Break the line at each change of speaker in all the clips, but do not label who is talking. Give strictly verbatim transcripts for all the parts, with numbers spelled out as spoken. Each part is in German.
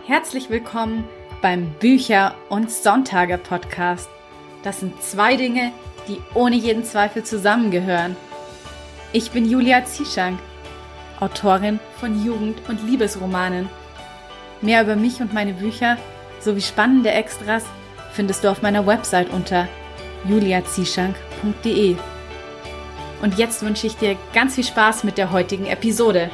Herzlich willkommen beim Bücher- und Sonntage-Podcast. Das sind zwei Dinge, die ohne jeden Zweifel zusammengehören. Ich bin Julia Zieschank, Autorin von Jugend- und Liebesromanen. Mehr über mich und meine Bücher sowie spannende Extras findest du auf meiner Website unter julia zieschank punkt de. Und jetzt wünsche ich dir ganz viel Spaß mit der heutigen Episode.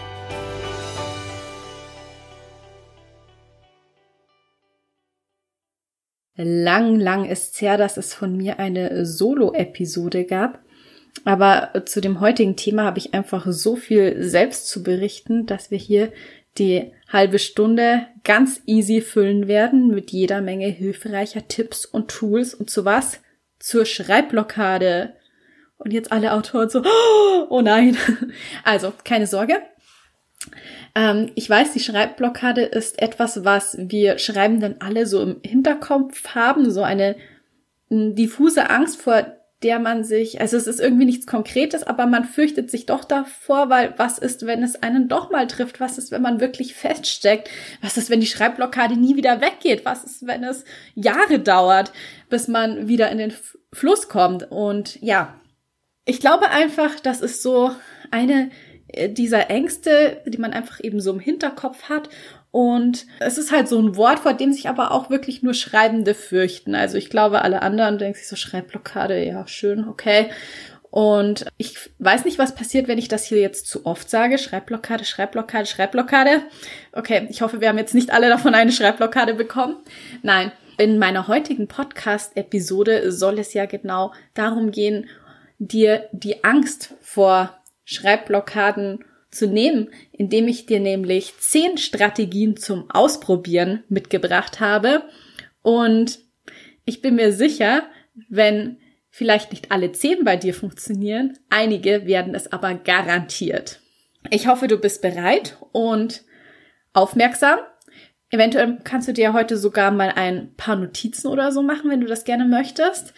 Lang, lang ist's her, dass es von mir eine Solo-Episode gab. Aber zu dem heutigen Thema habe ich einfach so viel selbst zu berichten, dass wir hier die halbe Stunde ganz easy füllen werden mit jeder Menge hilfreicher Tipps und Tools und zu was? Zur Schreibblockade. Und jetzt alle Autoren so, oh nein. Also, keine Sorge. Ähm, ich weiß, die Schreibblockade ist etwas, was wir Schreibenden alle so im Hinterkopf haben, so eine m, diffuse Angst, vor der man sich, also es ist irgendwie nichts Konkretes, aber man fürchtet sich doch davor, weil was ist, wenn es einen doch mal trifft? Was ist, wenn man wirklich feststeckt? Was ist, wenn die Schreibblockade nie wieder weggeht? Was ist, wenn es Jahre dauert, bis man wieder in den F- Fluss kommt? Und ja, ich glaube einfach, das ist so eine dieser Ängste, die man einfach eben so im Hinterkopf hat. Und es ist halt so ein Wort, vor dem sich aber auch wirklich nur Schreibende fürchten. Also ich glaube, alle anderen denken sich so, Schreibblockade, ja, schön, okay. Und ich weiß nicht, was passiert, wenn ich das hier jetzt zu oft sage. Schreibblockade, Schreibblockade, Schreibblockade. Okay, ich hoffe, wir haben jetzt nicht alle davon eine Schreibblockade bekommen. Nein, in meiner heutigen Podcast-Episode soll es ja genau darum gehen, dir die Angst vor Schreibblockaden zu nehmen, indem ich dir nämlich zehn Strategien zum Ausprobieren mitgebracht habe. Und ich bin mir sicher, wenn vielleicht nicht alle zehn bei dir funktionieren, einige werden es aber garantiert. Ich hoffe, du bist bereit und aufmerksam. Eventuell kannst du dir heute sogar mal ein paar Notizen oder so machen, wenn du das gerne möchtest.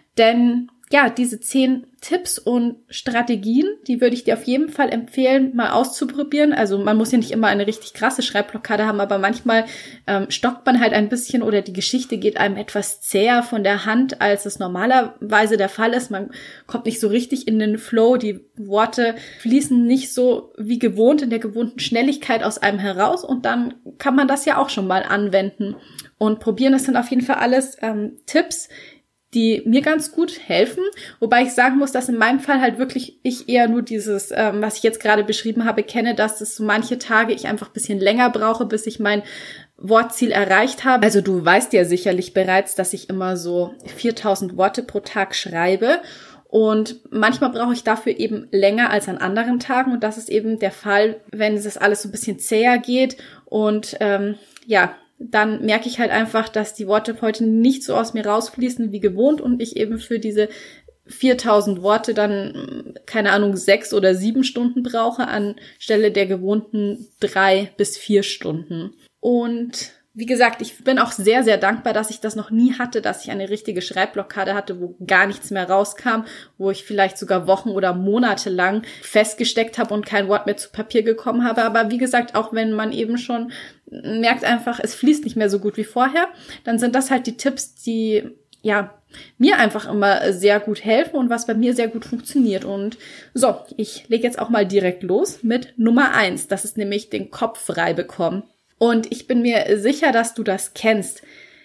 Denn ja, diese zehn Tipps und Strategien, die würde ich dir auf jeden Fall empfehlen, mal auszuprobieren. Also man muss ja nicht immer eine richtig krasse Schreibblockade haben, aber manchmal ähm, stockt man halt ein bisschen oder die Geschichte geht einem etwas zäher von der Hand, als es normalerweise der Fall ist. Man kommt nicht so richtig in den Flow, die Worte fließen nicht so wie gewohnt in der gewohnten Schnelligkeit aus einem heraus und dann kann man das ja auch schon mal anwenden und probieren. Das sind auf jeden Fall alles ähm, Tipps, die mir ganz gut helfen, wobei ich sagen muss, dass in meinem Fall halt wirklich ich eher nur dieses, ähm, was ich jetzt gerade beschrieben habe, kenne, dass es so manche Tage ich einfach ein bisschen länger brauche, bis ich mein Wortziel erreicht habe. Also du weißt ja sicherlich bereits, dass ich immer so viertausend Worte pro Tag schreibe und manchmal brauche ich dafür eben länger als an anderen Tagen und das ist eben der Fall, wenn es alles so ein bisschen zäher geht und ähm, ja, dann merke ich halt einfach, dass die Worte heute nicht so aus mir rausfließen wie gewohnt und ich eben für diese viertausend Worte dann, keine Ahnung, sechs oder sieben Stunden brauche anstelle der gewohnten drei bis vier Stunden. Und wie gesagt, ich bin auch sehr, sehr dankbar, dass ich das noch nie hatte, dass ich eine richtige Schreibblockade hatte, wo gar nichts mehr rauskam, wo ich vielleicht sogar Wochen oder Monate lang festgesteckt habe und kein Wort mehr zu Papier gekommen habe. Aber wie gesagt, auch wenn man eben schon merkt einfach, es fließt nicht mehr so gut wie vorher, dann sind das halt die Tipps, die ja mir einfach immer sehr gut helfen und was bei mir sehr gut funktioniert. Und so, ich lege jetzt auch mal direkt los mit Nummer eins. Das ist nämlich den Kopf frei bekommen. Und ich bin mir sicher, dass du das kennst.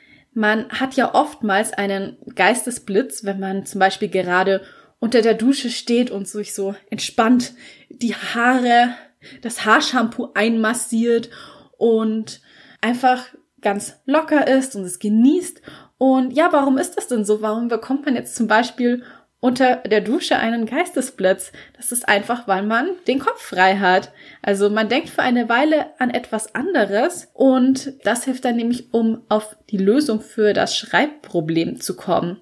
Man hat ja oftmals einen Geistesblitz, wenn man zum Beispiel gerade unter der Dusche steht und sich so entspannt die Haare, das Haarshampoo einmassiert und einfach ganz locker ist und es genießt. Und ja, warum ist das denn so? Warum bekommt man jetzt zum Beispiel unter der Dusche einen Geistesblitz? Das ist einfach, weil man den Kopf frei hat. Also man denkt für eine Weile an etwas anderes und das hilft dann nämlich, um auf die Lösung für das Schreibproblem zu kommen.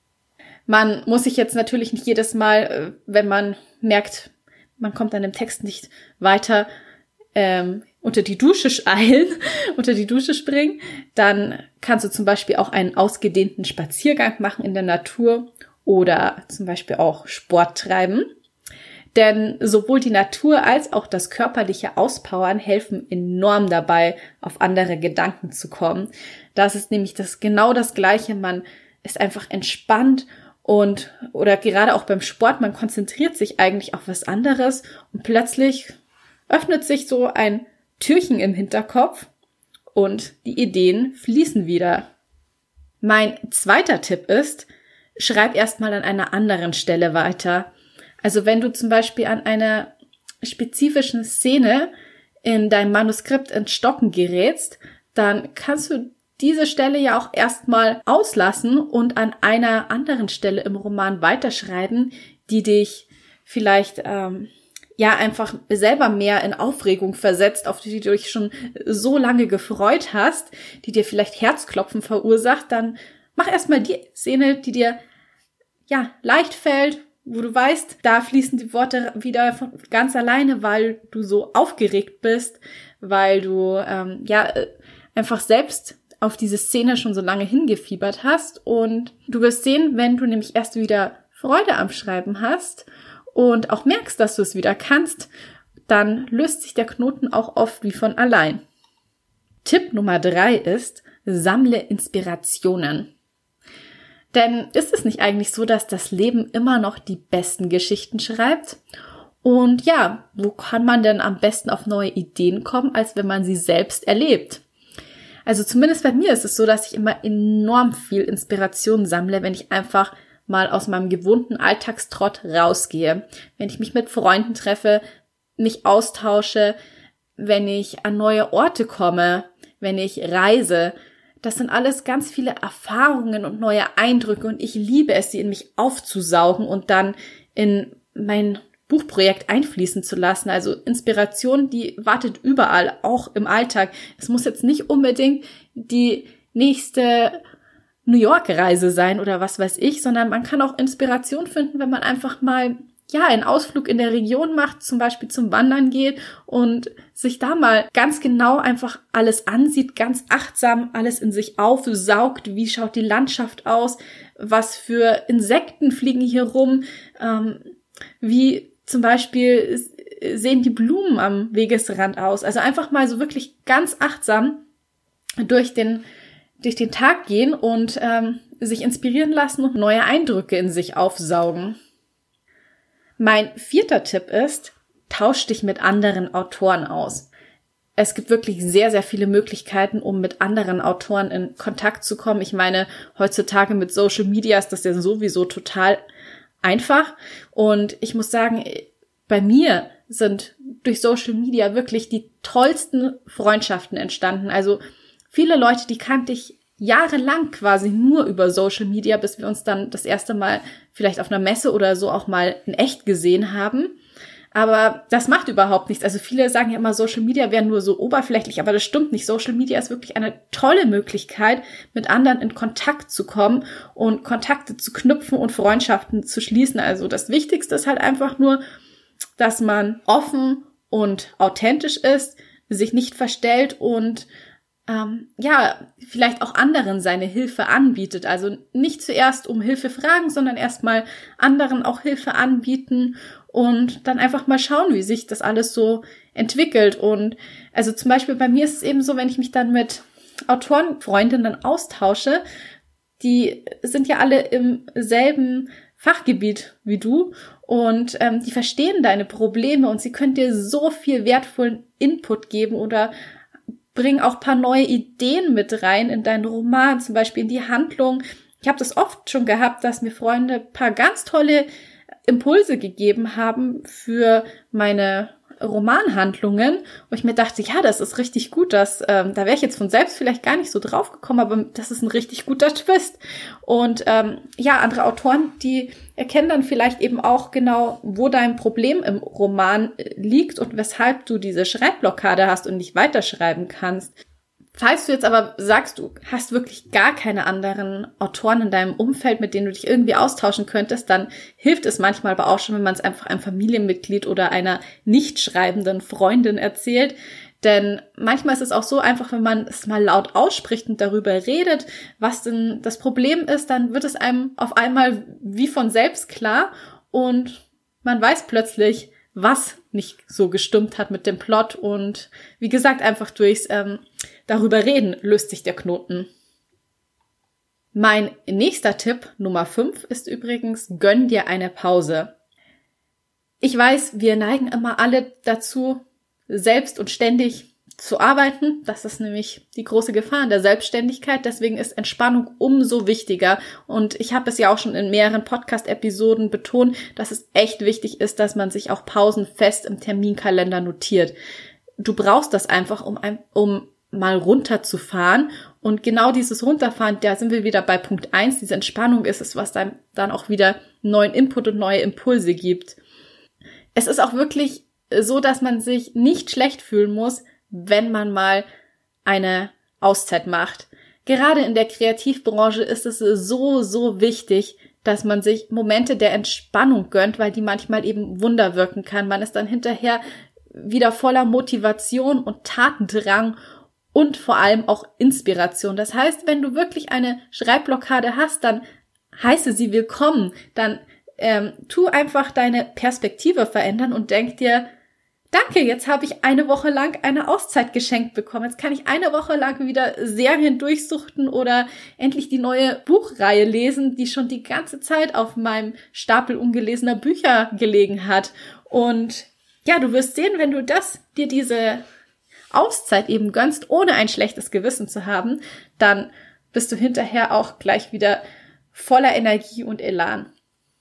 Man muss sich jetzt natürlich nicht jedes Mal, wenn man merkt, man kommt an dem Text nicht weiter, ähm, unter die Dusche eilen, unter die Dusche springen. Dann kannst du zum Beispiel auch einen ausgedehnten Spaziergang machen in der Natur oder zum Beispiel auch Sport treiben. Denn sowohl die Natur als auch das körperliche Auspowern helfen enorm dabei, auf andere Gedanken zu kommen. Das ist nämlich das genau das Gleiche. Man ist einfach entspannt und oder gerade auch beim Sport, man konzentriert sich eigentlich auf was anderes und plötzlich öffnet sich so ein Türchen im Hinterkopf und die Ideen fließen wieder. Mein zweiter Tipp ist, schreib erstmal an einer anderen Stelle weiter. Also wenn du zum Beispiel an einer spezifischen Szene in deinem Manuskript ins Stocken gerätst, dann kannst du diese Stelle ja auch erstmal auslassen und an einer anderen Stelle im Roman weiterschreiben, die dich vielleicht ähm, ja einfach selber mehr in Aufregung versetzt, auf die du dich schon so lange gefreut hast, die dir vielleicht Herzklopfen verursacht. Dann mach erstmal die Szene, die dir ja leicht fällt, wo du weißt, da fließen die Worte wieder von ganz alleine, weil du so aufgeregt bist, weil du ähm, ja einfach selbst auf diese Szene schon so lange hingefiebert hast. Und du wirst sehen, wenn du nämlich erst wieder Freude am Schreiben hast und auch merkst, dass du es wieder kannst, dann löst sich der Knoten auch oft wie von allein. Tipp Nummer drei ist, sammle Inspirationen. Denn ist es nicht eigentlich so, dass das Leben immer noch die besten Geschichten schreibt? Und ja, wo kann man denn am besten auf neue Ideen kommen, als wenn man sie selbst erlebt? Also zumindest bei mir ist es so, dass ich immer enorm viel Inspiration sammle, wenn ich einfach mal aus meinem gewohnten Alltagstrott rausgehe. Wenn ich mich mit Freunden treffe, mich austausche, wenn ich an neue Orte komme, wenn ich reise. Das sind alles ganz viele Erfahrungen und neue Eindrücke und ich liebe es, sie in mich aufzusaugen und dann in mein Buchprojekt einfließen zu lassen. Also Inspiration, die wartet überall, auch im Alltag. Es muss jetzt nicht unbedingt die nächste New York-Reise sein oder was weiß ich, sondern man kann auch Inspiration finden, wenn man einfach mal ja einen Ausflug in der Region macht, zum Beispiel zum Wandern geht und sich da mal ganz genau einfach alles ansieht, ganz achtsam alles in sich aufsaugt. Wie schaut die Landschaft aus? Was für Insekten fliegen hier rum? Ähm, wie zum Beispiel sehen die Blumen am Wegesrand aus? Also einfach mal so wirklich ganz achtsam durch den durch den Tag gehen und ähm, sich inspirieren lassen und neue Eindrücke in sich aufsaugen. Mein vierter Tipp ist, tausch dich mit anderen Autoren aus. Es gibt wirklich sehr, sehr viele Möglichkeiten, um mit anderen Autoren in Kontakt zu kommen. Ich meine, heutzutage mit Social Media ist das ja sowieso total einfach. Und ich muss sagen, bei mir sind durch Social Media wirklich die tollsten Freundschaften entstanden. Also viele Leute, die kannte ich jahrelang quasi nur über Social Media, bis wir uns dann das erste Mal vielleicht auf einer Messe oder so auch mal in echt gesehen haben. Aber das macht überhaupt nichts. Also viele sagen ja immer, Social Media wäre nur so oberflächlich, aber das stimmt nicht. Social Media ist wirklich eine tolle Möglichkeit, mit anderen in Kontakt zu kommen und Kontakte zu knüpfen und Freundschaften zu schließen. Also das Wichtigste ist halt einfach nur, dass man offen und authentisch ist, sich nicht verstellt und ähm, ja, vielleicht auch anderen seine Hilfe anbietet. Also nicht zuerst um Hilfe fragen, sondern erstmal anderen auch Hilfe anbieten und dann einfach mal schauen, wie sich das alles so entwickelt. Und also zum Beispiel bei mir ist es eben so, wenn ich mich dann mit Autorenfreundinnen austausche, die sind ja alle im selben Fachgebiet wie du und ähm, die verstehen deine Probleme und sie können dir so viel wertvollen Input geben oder bringen auch ein paar neue Ideen mit rein in deinen Roman, zum Beispiel in die Handlung. Ich habe das oft schon gehabt, dass mir Freunde ein paar ganz tolle Impulse gegeben haben für meine Romanhandlungen, wo ich mir dachte, ja, das ist richtig gut, das, ähm, da wäre ich jetzt von selbst vielleicht gar nicht so drauf gekommen, aber das ist ein richtig guter Twist. Und ähm, ja, andere Autoren, die erkennen dann vielleicht eben auch genau, wo dein Problem im Roman liegt und weshalb du diese Schreibblockade hast und nicht weiterschreiben kannst. Falls du jetzt aber sagst, du hast wirklich gar keine anderen Autoren in deinem Umfeld, mit denen du dich irgendwie austauschen könntest, dann hilft es manchmal aber auch schon, wenn man es einfach einem Familienmitglied oder einer nicht schreibenden Freundin erzählt. Denn manchmal ist es auch so einfach, wenn man es mal laut ausspricht und darüber redet, was denn das Problem ist, dann wird es einem auf einmal wie von selbst klar und man weiß plötzlich, was nicht so gestimmt hat mit dem Plot und wie gesagt, einfach durchs ähm, darüber reden löst sich der Knoten. Mein nächster Tipp, Nummer fünf, ist übrigens, gönn dir eine Pause. Ich weiß, wir neigen immer alle dazu, selbst und ständig zu arbeiten. Das ist nämlich die große Gefahr in der Selbstständigkeit. Deswegen ist Entspannung umso wichtiger. Und ich habe es ja auch schon in mehreren Podcast-Episoden betont, dass es echt wichtig ist, dass man sich auch Pausen fest im Terminkalender notiert. Du brauchst das einfach, um, ein, um mal runterzufahren. Und genau dieses Runterfahren, da sind wir wieder bei Punkt eins. Diese Entspannung ist es, was dann, dann auch wieder neuen Input und neue Impulse gibt. Es ist auch wirklich so, dass man sich nicht schlecht fühlen muss, wenn man mal eine Auszeit macht. Gerade in der Kreativbranche ist es so, so wichtig, dass man sich Momente der Entspannung gönnt, weil die manchmal eben Wunder wirken kann. Man ist dann hinterher wieder voller Motivation und Tatendrang und vor allem auch Inspiration. Das heißt, wenn du wirklich eine Schreibblockade hast, dann heiße sie willkommen. Dann ähm, tu einfach deine Perspektive verändern und denk dir, danke, jetzt habe ich eine Woche lang eine Auszeit geschenkt bekommen. Jetzt kann ich eine Woche lang wieder Serien durchsuchten oder endlich die neue Buchreihe lesen, die schon die ganze Zeit auf meinem Stapel ungelesener Bücher gelegen hat. Und ja, du wirst sehen, wenn du das, dir diese Auszeit eben gönnst, ohne ein schlechtes Gewissen zu haben, dann bist du hinterher auch gleich wieder voller Energie und Elan.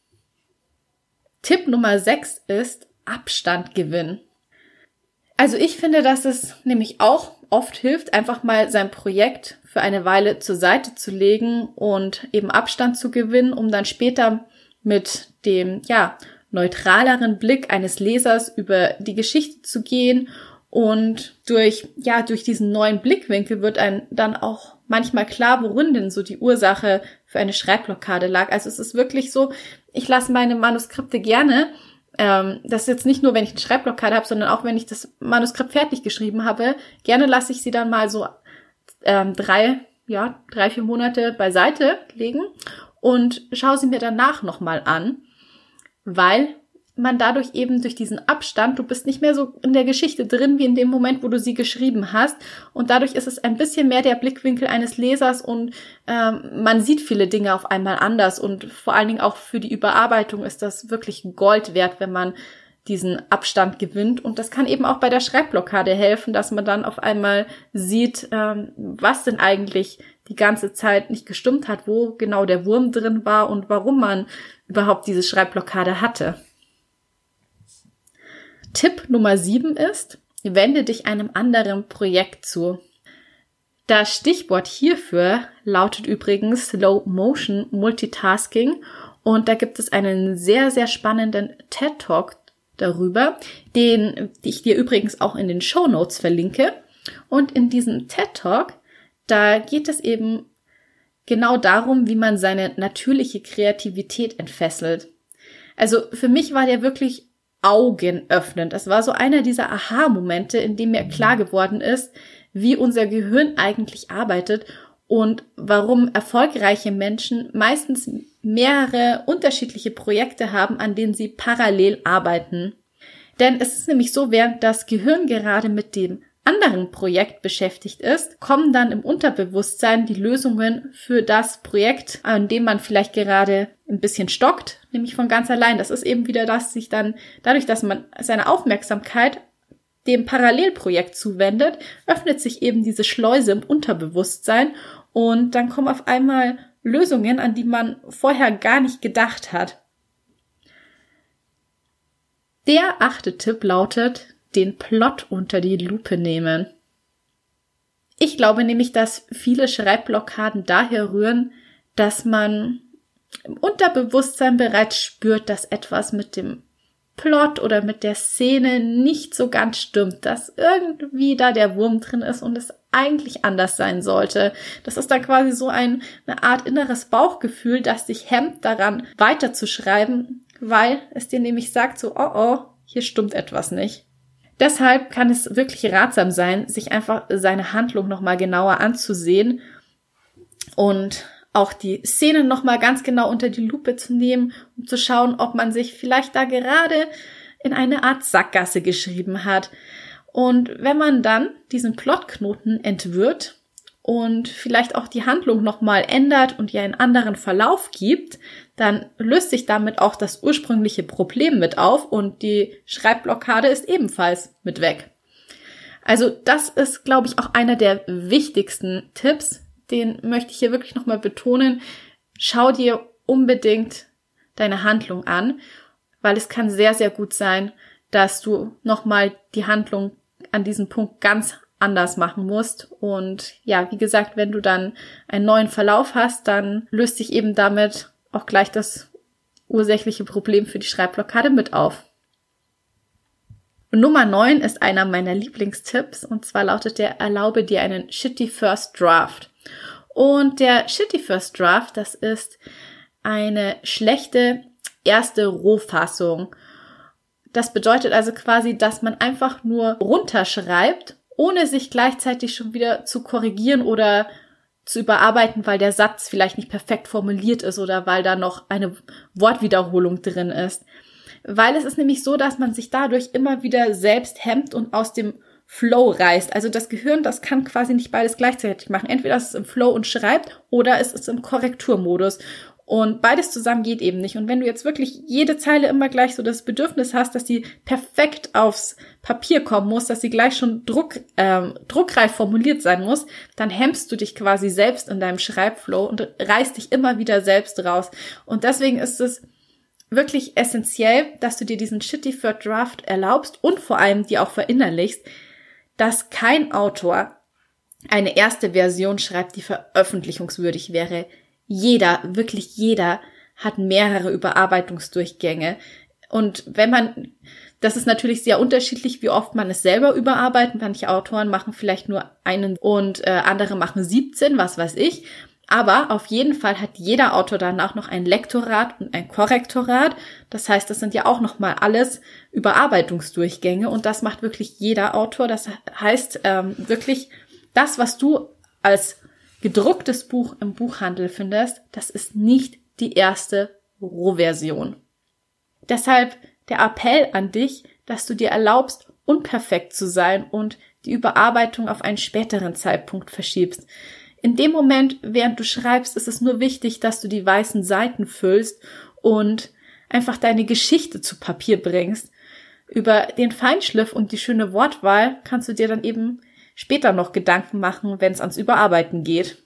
Tipp Nummer sechs ist Abstand gewinnen. Also ich finde, dass es nämlich auch oft hilft, einfach mal sein Projekt für eine Weile zur Seite zu legen und eben Abstand zu gewinnen, um dann später mit dem, ja, neutraleren Blick eines Lesers über die Geschichte zu gehen. Und durch, ja, durch diesen neuen Blickwinkel wird einem dann auch manchmal klar, worin denn so die Ursache für eine Schreibblockade lag. Also es ist wirklich so, ich lasse meine Manuskripte gerne, ähm, das ist jetzt nicht nur, wenn ich eine Schreibblockade habe, sondern auch, wenn ich das Manuskript fertig geschrieben habe, gerne lasse ich sie dann mal so ähm, drei, ja, drei, vier Monate beiseite legen und schaue sie mir danach nochmal an, weil man dadurch eben durch diesen Abstand, du bist nicht mehr so in der Geschichte drin, wie in dem Moment, wo du sie geschrieben hast. Und dadurch ist es ein bisschen mehr der Blickwinkel eines Lesers und ähm, man sieht viele Dinge auf einmal anders. Und vor allen Dingen auch für die Überarbeitung ist das wirklich Gold wert, wenn man diesen Abstand gewinnt. Und das kann eben auch bei der Schreibblockade helfen, dass man dann auf einmal sieht, ähm, was denn eigentlich die ganze Zeit nicht gestimmt hat, wo genau der Wurm drin war und warum man überhaupt diese Schreibblockade hatte. Tipp Nummer sieben ist, wende dich einem anderen Projekt zu. Das Stichwort hierfür lautet übrigens Slow Motion Multitasking und da gibt es einen sehr, sehr spannenden TED-Talk darüber, den ich dir übrigens auch in den Shownotes verlinke. Und in diesem TED-Talk, da geht es eben genau darum, wie man seine natürliche Kreativität entfesselt. Also für mich war der wirklich augenöffnend. Das war so einer dieser Aha-Momente, in dem mir klar geworden ist, wie unser Gehirn eigentlich arbeitet und warum erfolgreiche Menschen meistens mehrere unterschiedliche Projekte haben, an denen sie parallel arbeiten. Denn es ist nämlich so, während das Gehirn gerade mit dem anderen Projekt beschäftigt ist, kommen dann im Unterbewusstsein die Lösungen für das Projekt, an dem man vielleicht gerade ein bisschen stockt, nämlich von ganz allein. Das ist eben wieder das, sich dann dadurch, dass man seine Aufmerksamkeit dem Parallelprojekt zuwendet, öffnet sich eben diese Schleuse im Unterbewusstsein und dann kommen auf einmal Lösungen, an die man vorher gar nicht gedacht hat. Der achte Tipp lautet, den Plot unter die Lupe nehmen. Ich glaube nämlich, dass viele Schreibblockaden daher rühren, dass man im Unterbewusstsein bereits spürt, dass etwas mit dem Plot oder mit der Szene nicht so ganz stimmt, dass irgendwie da der Wurm drin ist und es eigentlich anders sein sollte. Das ist dann quasi so ein, eine Art inneres Bauchgefühl, das dich hemmt daran, weiterzuschreiben, weil es dir nämlich sagt so, oh oh, hier stimmt etwas nicht. Deshalb kann es wirklich ratsam sein, sich einfach seine Handlung nochmal genauer anzusehen und auch die Szenen nochmal ganz genau unter die Lupe zu nehmen, um zu schauen, ob man sich vielleicht da gerade in eine Art Sackgasse geschrieben hat. Und wenn man dann diesen Plotknoten entwirrt und vielleicht auch die Handlung nochmal ändert und ihr einen anderen Verlauf gibt, dann löst sich damit auch das ursprüngliche Problem mit auf und die Schreibblockade ist ebenfalls mit weg. Also das ist, glaube ich, auch einer der wichtigsten Tipps, den möchte ich hier wirklich nochmal betonen. Schau dir unbedingt deine Handlung an, weil es kann sehr, sehr gut sein, dass du nochmal die Handlung an diesem Punkt ganz anders machen musst. Und ja, wie gesagt, wenn du dann einen neuen Verlauf hast, dann löst sich eben damit auch gleich das ursächliche Problem für die Schreibblockade mit auf. Und Nummer neun ist einer meiner Lieblingstipps und zwar lautet der: Erlaube dir einen shitty First Draft. Und der shitty First Draft, das ist eine schlechte erste Rohfassung. Das bedeutet also quasi, dass man einfach nur runterschreibt, ohne sich gleichzeitig schon wieder zu korrigieren oder zu überarbeiten, weil der Satz vielleicht nicht perfekt formuliert ist oder weil da noch eine Wortwiederholung drin ist. Weil es ist nämlich so, dass man sich dadurch immer wieder selbst hemmt und aus dem Flow reißt. Also das Gehirn, das kann quasi nicht beides gleichzeitig machen. Entweder ist es im Flow und schreibt oder es ist im Korrekturmodus. Und beides zusammen geht eben nicht. Und wenn du jetzt wirklich jede Zeile immer gleich so das Bedürfnis hast, dass die perfekt aufs Papier kommen muss, dass sie gleich schon druck, ähm, druckreif formuliert sein muss, dann hemmst du dich quasi selbst in deinem Schreibflow und reißt dich immer wieder selbst raus. Und deswegen ist es wirklich essentiell, dass du dir diesen shitty First Draft erlaubst und vor allem dir auch verinnerlichst, dass kein Autor eine erste Version schreibt, die veröffentlichungswürdig wäre. Jeder, wirklich jeder hat mehrere Überarbeitungsdurchgänge. Und wenn man, das ist natürlich sehr unterschiedlich, wie oft man es selber überarbeitet. Manche Autoren machen vielleicht nur einen und äh, andere machen siebzehn, was weiß ich. Aber auf jeden Fall hat jeder Autor dann auch noch ein Lektorat und ein Korrektorat. Das heißt, das sind ja auch nochmal alles Überarbeitungsdurchgänge und das macht wirklich jeder Autor. Das heißt ähm, wirklich, das, was du als gedrucktes Buch im Buchhandel findest, das ist nicht die erste Rohversion. Deshalb der Appell an dich, dass du dir erlaubst, unperfekt zu sein und die Überarbeitung auf einen späteren Zeitpunkt verschiebst. In dem Moment, während du schreibst, ist es nur wichtig, dass du die weißen Seiten füllst und einfach deine Geschichte zu Papier bringst. Über den Feinschliff und die schöne Wortwahl kannst du dir dann eben später noch Gedanken machen, wenn es ans Überarbeiten geht.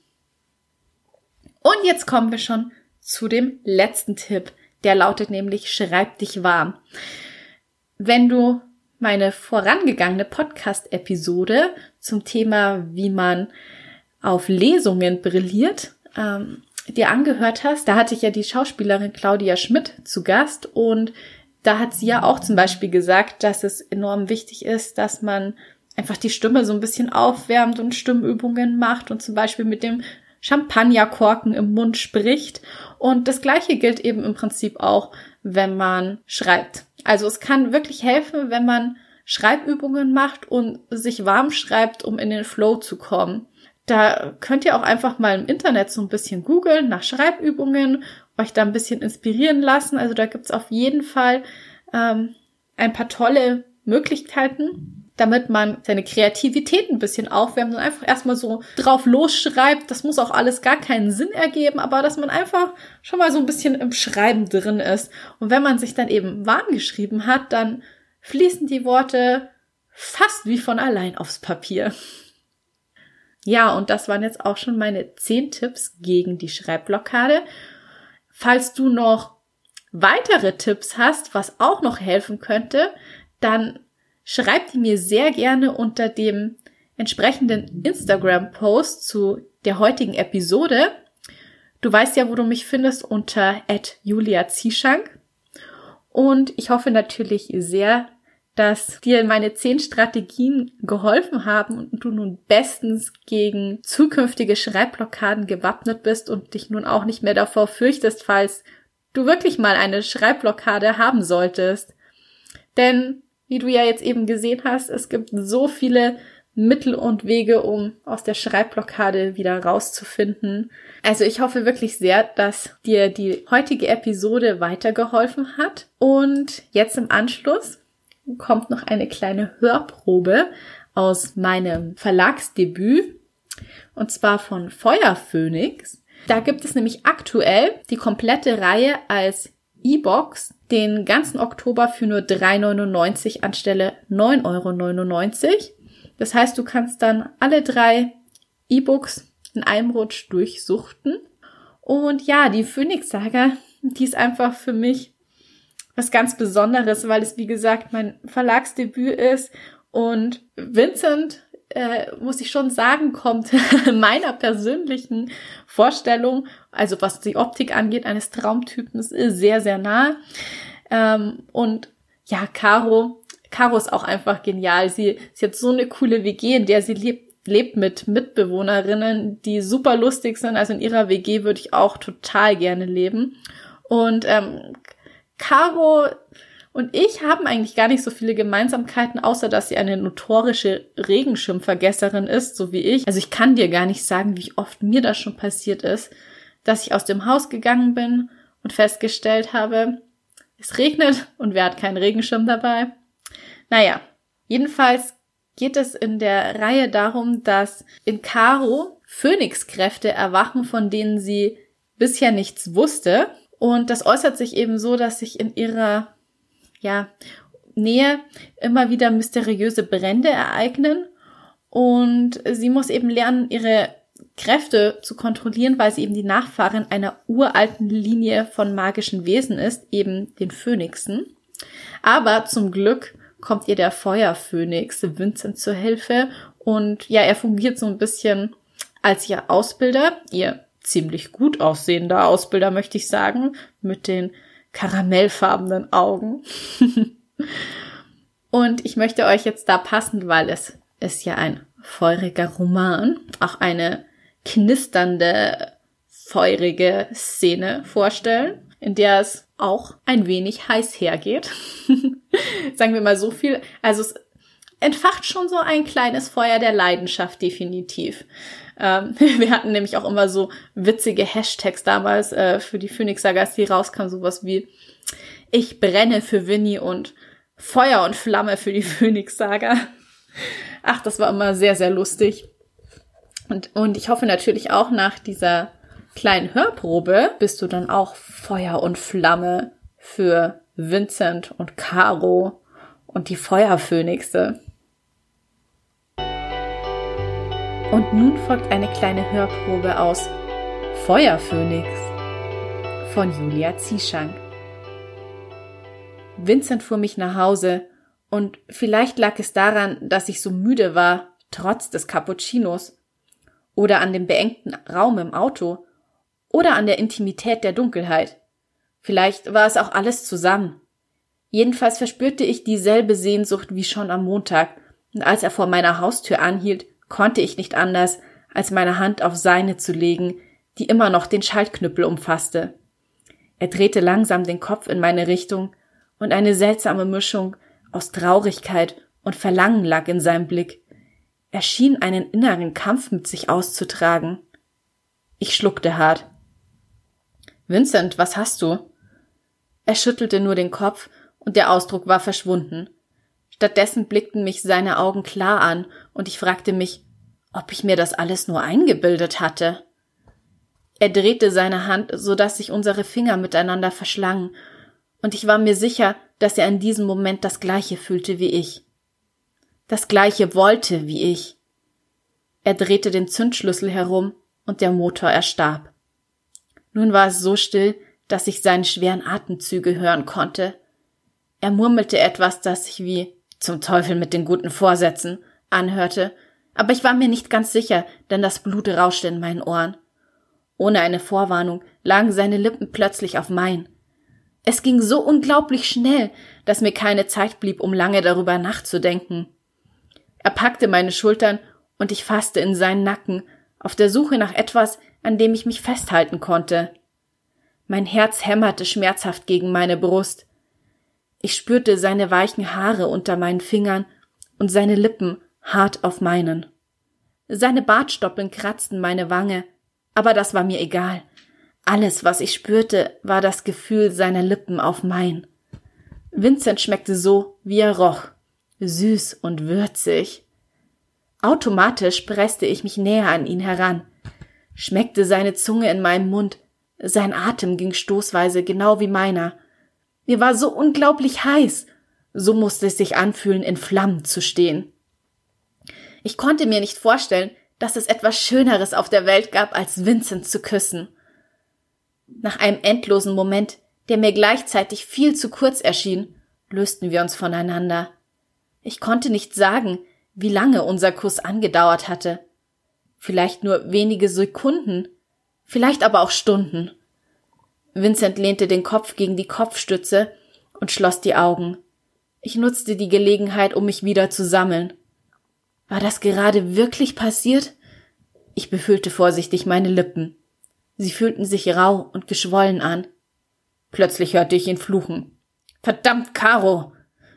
Und jetzt kommen wir schon zu dem letzten Tipp. Der lautet nämlich: Schreib dich warm. Wenn du meine vorangegangene Podcast-Episode zum Thema, wie man auf Lesungen brilliert, ähm, dir angehört hast, da hatte ich ja die Schauspielerin Claudia Schmidt zu Gast und da hat sie ja auch zum Beispiel gesagt, dass es enorm wichtig ist, dass man einfach die Stimme so ein bisschen aufwärmt und Stimmübungen macht und zum Beispiel mit dem Champagnerkorken im Mund spricht. Und das Gleiche gilt eben im Prinzip auch, wenn man schreibt. Also es kann wirklich helfen, wenn man Schreibübungen macht und sich warm schreibt, um in den Flow zu kommen. Da könnt ihr auch einfach mal im Internet so ein bisschen googeln nach Schreibübungen, euch da ein bisschen inspirieren lassen. Also da gibt's auf jeden Fall ähm, ein paar tolle Möglichkeiten, damit man seine Kreativität ein bisschen aufwärmt und einfach erstmal so drauf losschreibt. Das muss auch alles gar keinen Sinn ergeben, aber dass man einfach schon mal so ein bisschen im Schreiben drin ist. Und wenn man sich dann eben warm geschrieben hat, dann fließen die Worte fast wie von allein aufs Papier. Ja, und das waren jetzt auch schon meine zehn Tipps gegen die Schreibblockade. Falls du noch weitere Tipps hast, was auch noch helfen könnte, dann schreib die mir sehr gerne unter dem entsprechenden Instagram-Post zu der heutigen Episode. Du weißt ja, wo du mich findest, unter at julia zieschank. Und ich hoffe natürlich sehr, dass dir meine zehn Strategien geholfen haben und du nun bestens gegen zukünftige Schreibblockaden gewappnet bist und dich nun auch nicht mehr davor fürchtest, falls du wirklich mal eine Schreibblockade haben solltest. Denn, wie du ja jetzt eben gesehen hast, es gibt so viele Mittel und Wege, um aus der Schreibblockade wieder rauszufinden. Also ich hoffe wirklich sehr, dass dir die heutige Episode weitergeholfen hat. Und jetzt im Anschluss kommt noch eine kleine Hörprobe aus meinem Verlagsdebüt, und zwar von Feuerphönix. Da gibt es nämlich aktuell die komplette Reihe als E-Box den ganzen Oktober für nur drei Euro neunundneunzig anstelle neun Euro neunundneunzig. Das heißt, du kannst dann alle drei E-Books in einem Rutsch durchsuchten. Und ja, die Phönix-Saga, die ist einfach für mich was ganz Besonderes, weil es, wie gesagt, mein Verlagsdebüt ist. Und Vincent, äh, muss ich schon sagen, kommt meiner persönlichen Vorstellung, also was die Optik angeht, eines Traumtypens, sehr, sehr nah. Ähm, und ja, Caro, Caro ist auch einfach genial. Sie, sie hat so eine coole W G, in der sie lebt, lebt mit Mitbewohnerinnen, die super lustig sind. Also in ihrer W G würde ich auch total gerne leben. Und ähm, Caro und ich haben eigentlich gar nicht so viele Gemeinsamkeiten, außer dass sie eine notorische Regenschirmvergesserin ist, so wie ich. Also ich kann dir gar nicht sagen, wie oft mir das schon passiert ist, dass ich aus dem Haus gegangen bin und festgestellt habe, es regnet und wer hat keinen Regenschirm dabei? Naja, jedenfalls geht es in der Reihe darum, dass in Caro Phönixkräfte erwachen, von denen sie bisher nichts wusste. Und das äußert sich eben so, dass sich in ihrer ja, Nähe immer wieder mysteriöse Brände ereignen. Und sie muss eben lernen, ihre Kräfte zu kontrollieren, weil sie eben die Nachfahrin einer uralten Linie von magischen Wesen ist, eben den Phönixen. Aber zum Glück kommt ihr der Feuerphönix Vincent zur Hilfe und ja, er fungiert so ein bisschen als ihr Ausbilder, ihr ziemlich gut aussehender Ausbilder, möchte ich sagen, mit den karamellfarbenen Augen. Und ich möchte euch jetzt da passend, weil es ist ja ein feuriger Roman, auch eine knisternde, feurige Szene vorstellen, in der es auch ein wenig heiß hergeht. Sagen wir mal so viel. Also es entfacht schon so ein kleines Feuer der Leidenschaft, definitiv. Ähm, wir hatten nämlich auch immer so witzige Hashtags damals äh, für die Phönix-Saga, als die rauskam, sowas wie ich brenne für Winnie und Feuer und Flamme für die Phönix-Saga. Ach, das war immer sehr, sehr lustig. Und, und ich hoffe natürlich auch, nach dieser kleinen Hörprobe bist du dann auch Feuer und Flamme für Vincent und Caro und die Feuerphönixe. Und nun folgt eine kleine Hörprobe aus Feuerphönix von Julia Zieschank. Vincent fuhr mich nach Hause und vielleicht lag es daran, dass ich so müde war, trotz des Cappuccinos, oder an dem beengten Raum im Auto, oder an der Intimität der Dunkelheit. Vielleicht war es auch alles zusammen. Jedenfalls verspürte ich dieselbe Sehnsucht wie schon am Montag, und als er vor meiner Haustür anhielt, konnte ich nicht anders, als meine Hand auf seine zu legen, die immer noch den Schaltknüppel umfasste. Er drehte langsam den Kopf in meine Richtung, und eine seltsame Mischung aus Traurigkeit und Verlangen lag in seinem Blick. Er schien einen inneren Kampf mit sich auszutragen. Ich schluckte hart. »Vincent, was hast du?« Er schüttelte nur den Kopf, und der Ausdruck war verschwunden. Stattdessen blickten mich seine Augen klar an, und ich fragte mich, ob ich mir das alles nur eingebildet hatte. Er drehte seine Hand, so dass sich unsere Finger miteinander verschlangen, und ich war mir sicher, dass er in diesem Moment das Gleiche fühlte wie ich. Das Gleiche wollte wie ich. Er drehte den Zündschlüssel herum, und der Motor erstarb. Nun war es so still, dass ich seine schweren Atemzüge hören konnte. Er murmelte etwas, das sich wie »zum Teufel mit den guten Vorsätzen« anhörte, aber ich war mir nicht ganz sicher, denn das Blut rauschte in meinen Ohren. Ohne eine Vorwarnung lagen seine Lippen plötzlich auf meinen. Es ging so unglaublich schnell, dass mir keine Zeit blieb, um lange darüber nachzudenken. Er packte meine Schultern und ich fasste in seinen Nacken, auf der Suche nach etwas, an dem ich mich festhalten konnte. Mein Herz hämmerte schmerzhaft gegen meine Brust. Ich spürte seine weichen Haare unter meinen Fingern und seine Lippen hart auf meinen. Seine Bartstoppeln kratzten meine Wange, aber das war mir egal. Alles, was ich spürte, war das Gefühl seiner Lippen auf mein. Vincent schmeckte so, wie er roch, süß und würzig. Automatisch presste ich mich näher an ihn heran, schmeckte seine Zunge in meinem Mund, sein Atem ging stoßweise genau wie meiner. Mir war so unglaublich heiß, so musste es sich anfühlen, in Flammen zu stehen. Ich konnte mir nicht vorstellen, dass es etwas Schöneres auf der Welt gab, als Vincent zu küssen. Nach einem endlosen Moment, der mir gleichzeitig viel zu kurz erschien, lösten wir uns voneinander. Ich konnte nicht sagen, wie lange unser Kuss angedauert hatte. Vielleicht nur wenige Sekunden, vielleicht aber auch Stunden. Vincent lehnte den Kopf gegen die Kopfstütze und schloss die Augen. Ich nutzte die Gelegenheit, um mich wieder zu sammeln. War das gerade wirklich passiert? Ich befühlte vorsichtig meine Lippen. Sie fühlten sich rau und geschwollen an. Plötzlich hörte ich ihn fluchen. »Verdammt, Caro!«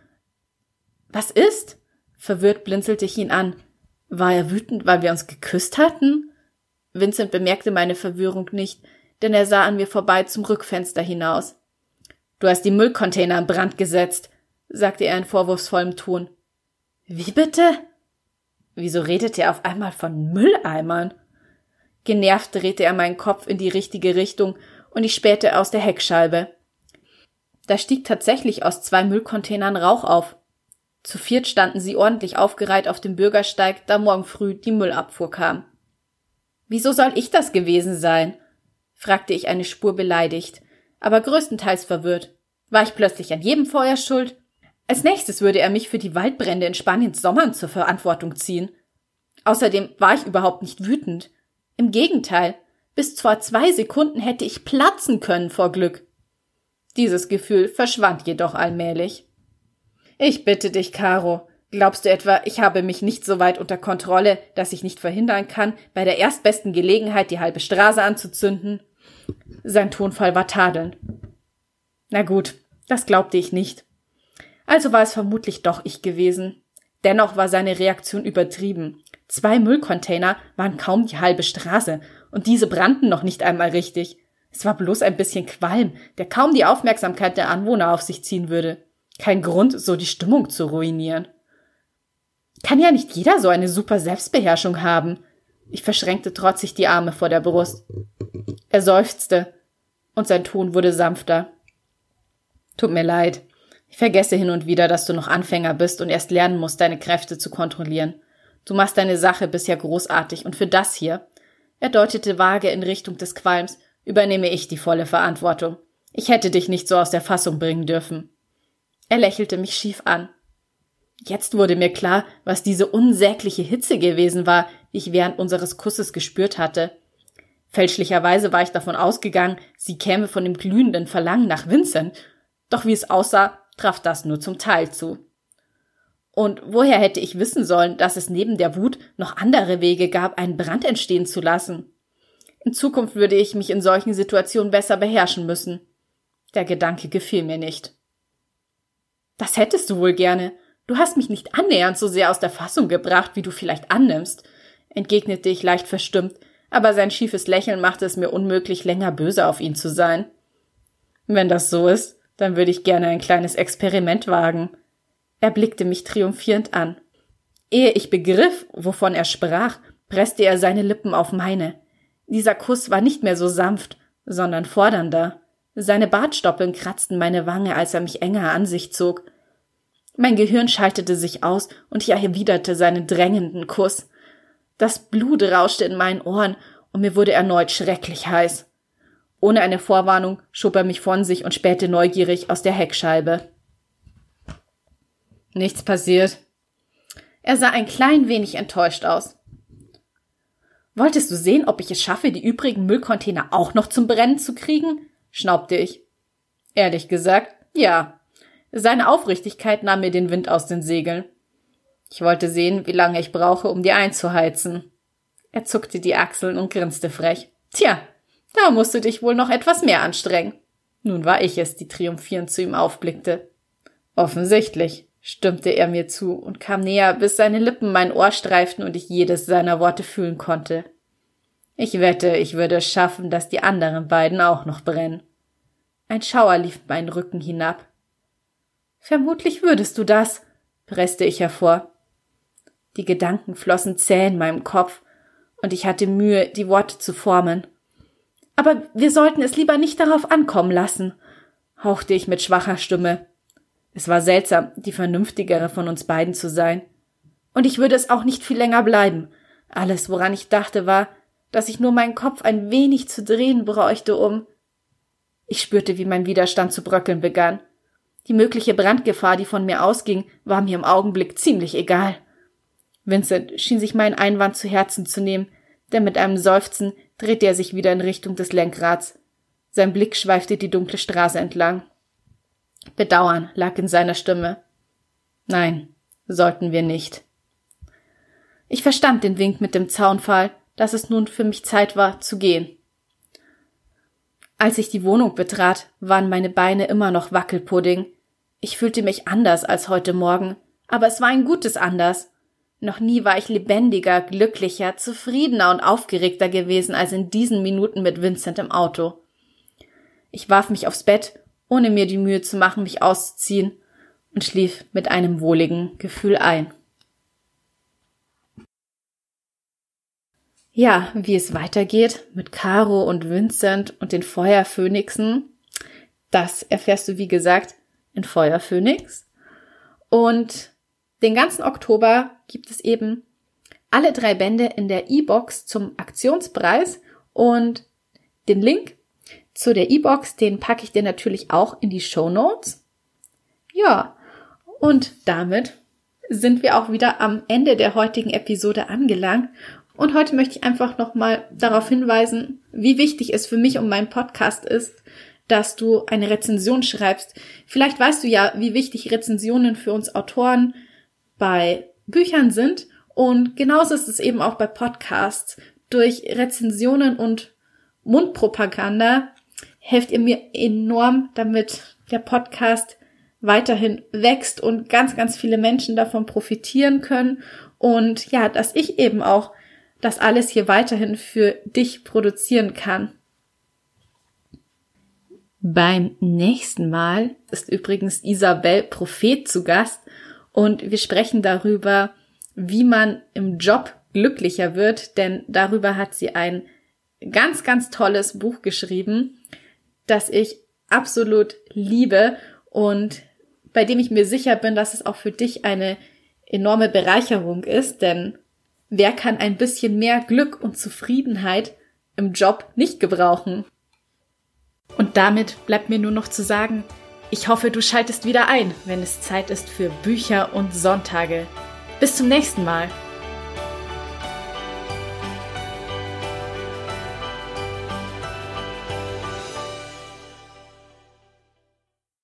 »Was ist?« Verwirrt blinzelte ich ihn an. War er wütend, weil wir uns geküsst hatten? Vincent bemerkte meine Verwirrung nicht, denn er sah an mir vorbei zum Rückfenster hinaus. »Du hast die Müllcontainer in Brand gesetzt«, sagte er in vorwurfsvollem Ton. »Wie bitte?« Wieso redete er auf einmal von Mülleimern? Genervt drehte er meinen Kopf in die richtige Richtung und ich spähte aus der Heckscheibe. Da stieg tatsächlich aus zwei Müllcontainern Rauch auf. Zu viert standen sie ordentlich aufgereiht auf dem Bürgersteig, da morgen früh die Müllabfuhr kam. »Wieso soll ich das gewesen sein?« fragte ich eine Spur beleidigt, aber größtenteils verwirrt. War ich plötzlich an jedem Feuer schuld? Als nächstes würde er mich für die Waldbrände in Spaniens Sommern zur Verantwortung ziehen. Außerdem war ich überhaupt nicht wütend. Im Gegenteil, bis vor zwei Sekunden hätte ich platzen können vor Glück. Dieses Gefühl verschwand jedoch allmählich. »Ich bitte dich, Caro, glaubst du etwa, ich habe mich nicht so weit unter Kontrolle, dass ich nicht verhindern kann, bei der erstbesten Gelegenheit die halbe Straße anzuzünden?« Sein Tonfall war tadelnd. Na gut, das glaubte ich nicht. Also war es vermutlich doch ich gewesen. Dennoch war seine Reaktion übertrieben. Zwei Müllcontainer waren kaum die halbe Straße und diese brannten noch nicht einmal richtig. Es war bloß ein bisschen Qualm, der kaum die Aufmerksamkeit der Anwohner auf sich ziehen würde. Kein Grund, so die Stimmung zu ruinieren. Kann ja nicht jeder so eine super Selbstbeherrschung haben. Ich verschränkte trotzig die Arme vor der Brust. Er seufzte und sein Ton wurde sanfter. Tut mir leid. Ich vergesse hin und wieder, dass du noch Anfänger bist und erst lernen musst, deine Kräfte zu kontrollieren. Du machst deine Sache bisher großartig und für das hier, er deutete vage in Richtung des Qualms, übernehme ich die volle Verantwortung. Ich hätte dich nicht so aus der Fassung bringen dürfen. Er lächelte mich schief an. Jetzt wurde mir klar, was diese unsägliche Hitze gewesen war, die ich während unseres Kusses gespürt hatte. Fälschlicherweise war ich davon ausgegangen, sie käme von dem glühenden Verlangen nach Vincent, doch wie es aussah, traf das nur zum Teil zu. Und woher hätte ich wissen sollen, dass es neben der Wut noch andere Wege gab, einen Brand entstehen zu lassen? In Zukunft würde ich mich in solchen Situationen besser beherrschen müssen. Der Gedanke gefiel mir nicht. Das hättest du wohl gerne. Du hast mich nicht annähernd so sehr aus der Fassung gebracht, wie du vielleicht annimmst, entgegnete ich leicht verstimmt, aber sein schiefes Lächeln machte es mir unmöglich, länger böse auf ihn zu sein. Wenn das so ist, dann würde ich gerne ein kleines Experiment wagen. Er blickte mich triumphierend an. Ehe ich begriff, wovon er sprach, presste er seine Lippen auf meine. Dieser Kuss war nicht mehr so sanft, sondern fordernder. Seine Bartstoppeln kratzten meine Wange, als er mich enger an sich zog. Mein Gehirn schaltete sich aus und ich erwiderte seinen drängenden Kuss. Das Blut rauschte in meinen Ohren und mir wurde erneut schrecklich heiß. Ohne eine Vorwarnung schob er mich von sich und spähte neugierig aus der Heckscheibe. Nichts passiert. Er sah ein klein wenig enttäuscht aus. Wolltest du sehen, ob ich es schaffe, die übrigen Müllcontainer auch noch zum Brennen zu kriegen? Schnaubte ich. Ehrlich gesagt, ja. Seine Aufrichtigkeit nahm mir den Wind aus den Segeln. Ich wollte sehen, wie lange ich brauche, um die einzuheizen. Er zuckte die Achseln und grinste frech. Tja, da musst du dich wohl noch etwas mehr anstrengen. Nun war ich es, die triumphierend zu ihm aufblickte. Offensichtlich, stimmte er mir zu und kam näher, bis seine Lippen mein Ohr streiften und ich jedes seiner Worte fühlen konnte. Ich wette, ich würde es schaffen, dass die anderen beiden auch noch brennen. Ein Schauer lief meinen Rücken hinab. Vermutlich würdest du das, presste ich hervor. Die Gedanken flossen zäh in meinem Kopf, und ich hatte Mühe, die Worte zu formen. Aber wir sollten es lieber nicht darauf ankommen lassen, hauchte ich mit schwacher Stimme. Es war seltsam, die vernünftigere von uns beiden zu sein. Und ich würde es auch nicht viel länger bleiben. Alles, woran ich dachte, war, dass ich nur meinen Kopf ein wenig zu drehen bräuchte, um... Ich spürte, wie mein Widerstand zu bröckeln begann. Die mögliche Brandgefahr, die von mir ausging, war mir im Augenblick ziemlich egal. Vincent schien sich meinen Einwand zu Herzen zu nehmen, denn mit einem Seufzen drehte er sich wieder in Richtung des Lenkrads. Sein Blick schweifte die dunkle Straße entlang. Bedauern lag in seiner Stimme. Nein, sollten wir nicht. Ich verstand den Wink mit dem Zaunpfahl, dass es nun für mich Zeit war, zu gehen. Als ich die Wohnung betrat, waren meine Beine immer noch Wackelpudding. Ich fühlte mich anders als heute Morgen, aber es war ein gutes Anders. Noch nie war ich lebendiger, glücklicher, zufriedener und aufgeregter gewesen als in diesen Minuten mit Vincent im Auto. Ich warf mich aufs Bett, ohne mir die Mühe zu machen, mich auszuziehen, und schlief mit einem wohligen Gefühl ein. Ja, wie es weitergeht mit Caro und Vincent und den Feuerphönixen, das erfährst du, wie gesagt, in Feuerphönix. Und den ganzen Oktober gibt es eben alle drei Bände in der E-Box zum Aktionspreis, und den Link zu der E-Box, den packe ich dir natürlich auch in die Shownotes. Ja, und damit sind wir auch wieder am Ende der heutigen Episode angelangt. Und heute möchte ich einfach nochmal darauf hinweisen, wie wichtig es für mich und meinen Podcast ist, dass du eine Rezension schreibst. Vielleicht weißt du ja, wie wichtig Rezensionen für uns Autoren bei Büchern sind. Und genauso ist es eben auch bei Podcasts. Durch Rezensionen und Mundpropaganda helft ihr mir enorm, damit der Podcast weiterhin wächst und ganz, ganz viele Menschen davon profitieren können. Und ja, dass ich eben auch das alles hier weiterhin für dich produzieren kann. Beim nächsten Mal ist übrigens Isabel Prophet zu Gast und wir sprechen darüber, wie man im Job glücklicher wird, denn darüber hat sie ein ganz, ganz tolles Buch geschrieben, das ich absolut liebe und bei dem ich mir sicher bin, dass es auch für dich eine enorme Bereicherung ist, denn wer kann ein bisschen mehr Glück und Zufriedenheit im Job nicht gebrauchen? Und damit bleibt mir nur noch zu sagen, ich hoffe, du schaltest wieder ein, wenn es Zeit ist für Bücher und Sonntage. Bis zum nächsten Mal.